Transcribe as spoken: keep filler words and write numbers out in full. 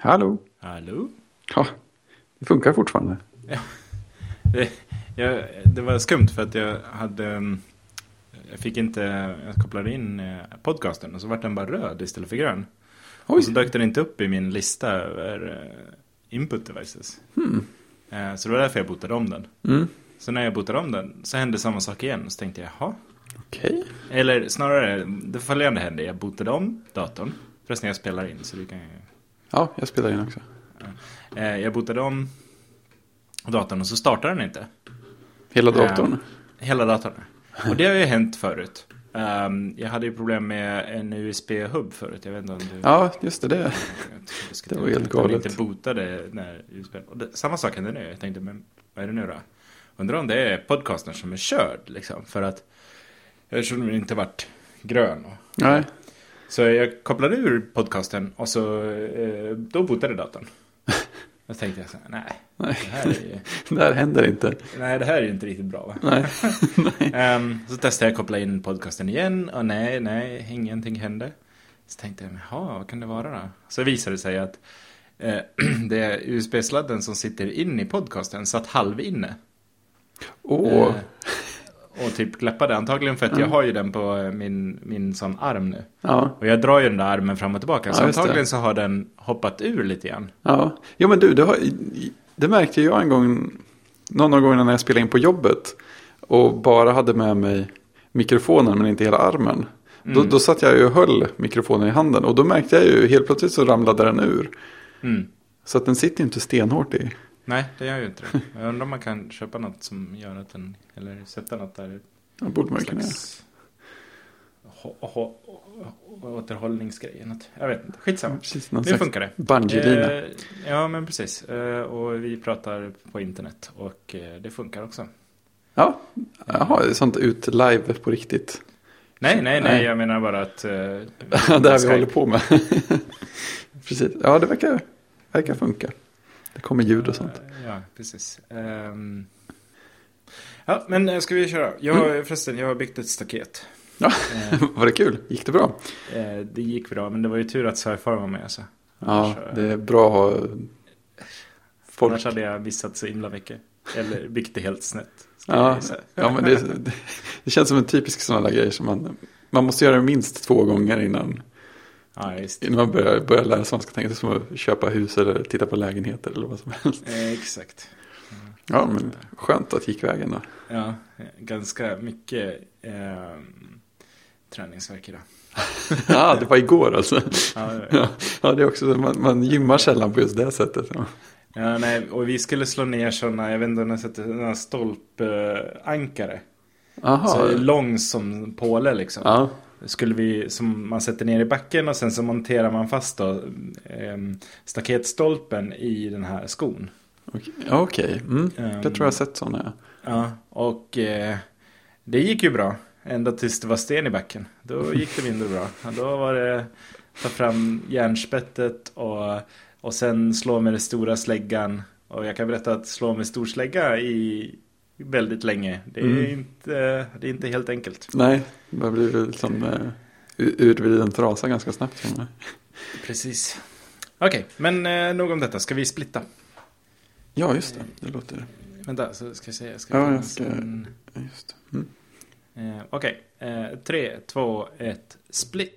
Hallå? Hallå? Ja, det funkar fortfarande. Ja. Det, jag, det var skumt för att jag hade... Jag fick inte... Jag kopplade in podcasten och så var den bara röd istället för grön. Oj. Och så dök den inte upp i min lista över input devices. Hmm. Så det var därför jag botade om den. Mm. Så när jag botade om den så hände samma sak igen. Så tänkte jag, jaha. Okej. Okay. Eller snarare, det följande hände. Jag botade om datorn. Förresten jag spelar in så du kan... Ja, jag spelar in också. Ja. Jag botade om datorn och så startade den inte. Hela datorn? Um, hela datorn. Och det har ju hänt förut. Um, jag hade ju problem med en U S B-hub förut. Jag vet inte om du... Ja, just det. Det, det var helt galet. Jag inte botade när U S B... Och det, samma sak hände nu. Jag tänkte, men vad är det nu då? Undrar om det är podcasten som är körd. Liksom, för att jag tror det inte varit grön. Och, Nej. Så jag kopplade ur podcasten och så eh, då botade datorn. Då tänkte jag så här, nej. nej. Det här är ju... det här händer inte. Nej, det här är ju inte riktigt bra va? Nej. nej. um, så testade jag att koppla in podcasten igen och nej, nej, ingenting hände. Så tänkte jag, jaha, vad kan det vara då? Så visade det sig att eh, det är U S B-sladden som sitter in i podcasten satt halv inne. Åh. Oh. Eh, och typ klappade antagligen för att mm. jag har ju den på min, min sån arm nu. Ja. Och jag drar ju den där armen fram och tillbaka. Ja, så antagligen så har den hoppat ur lite grann. Ja, ja men du, det, har, det märkte jag en gång, någon av gångerna när jag spelade in på jobbet. Och bara hade med mig mikrofonen men inte hela armen. Mm. Då, då satt jag ju och höll mikrofonen i handen. Och då märkte jag ju, helt plötsligt så ramlade den ur. Mm. Så att den sitter ju inte stenhårt i. Nej, det gör ju inte det. Jag undrar om man kan köpa något som gör att den... Eller sätta något där. Ja, borde man kunna göra. Återhållningsgrejen. Jag vet inte. Skitsamma. Precis, det funkar det. Bungeelina. Eh, ja, men precis. Eh, och vi pratar på internet. Och eh, det funkar också. Ja, jaha, det är sånt ut live på riktigt. Nej, nej, nej. nej. Jag menar bara att... Eh, det här vi håller på med. Precis. Ja, det verkar, verkar funka. Det kommer ljud och sånt. Ja, precis. Um, ja, men ska vi köra? Jag, mm. Förresten, jag har byggt ett staket. Ja, var det kul? Gick det bra? Uh, det gick bra, men det var ju tur att Sci-Fi var med. Så. Ja, det är bra att ha folk. Annars hade jag missat så himla mycket. Eller byggt det helt snett. Ja, ja, men det, det, det känns som en typisk sån här grej som man, man måste göra minst två gånger innan... Ja, just det. Innan man börjar, börjar lära sig vad man ska tänka. Det är som att köpa hus eller titta på lägenheter eller vad som helst. Eh, exakt. Mm. Ja, men skönt att gick vägen då. Ja, ganska mycket eh, träningsverk idag. Ja, det var igår alltså. Ja, det, ja. ja, det är också man, man gymmar sällan på just det sättet. Ja. Ja, nej, och vi skulle slå ner sådana, jag vet inte om jag sätter sådana stolpankare. Aha. Så är lång som påle liksom. Ja. Skulle vi, som man sätter ner i backen och sen så monterar man fast då eh, staketstolpen i den här skon. Okej, okay. mm. um, jag tror jag har sett sådana. Ja, ja och eh, det gick ju bra. Ända tills det var sten i backen. Då gick det mindre bra. Då var det ta fram järnspettet och, och sen slå med den stora släggan. Och jag kan berätta att slå med stor slägga i väldigt länge. Det är, mm. inte, det är inte helt enkelt. Nej, det blir väl som uh, urvriden trasa ganska snabbt. Precis. Okej, okay, men uh, nog om detta. Ska vi splitta? Ja, just det. Det låter det. Vänta, så ska jag säga. Ska ja, jag ska... En... Just det. Mm. Uh, Okej, okay. uh, tre, två, ett, split.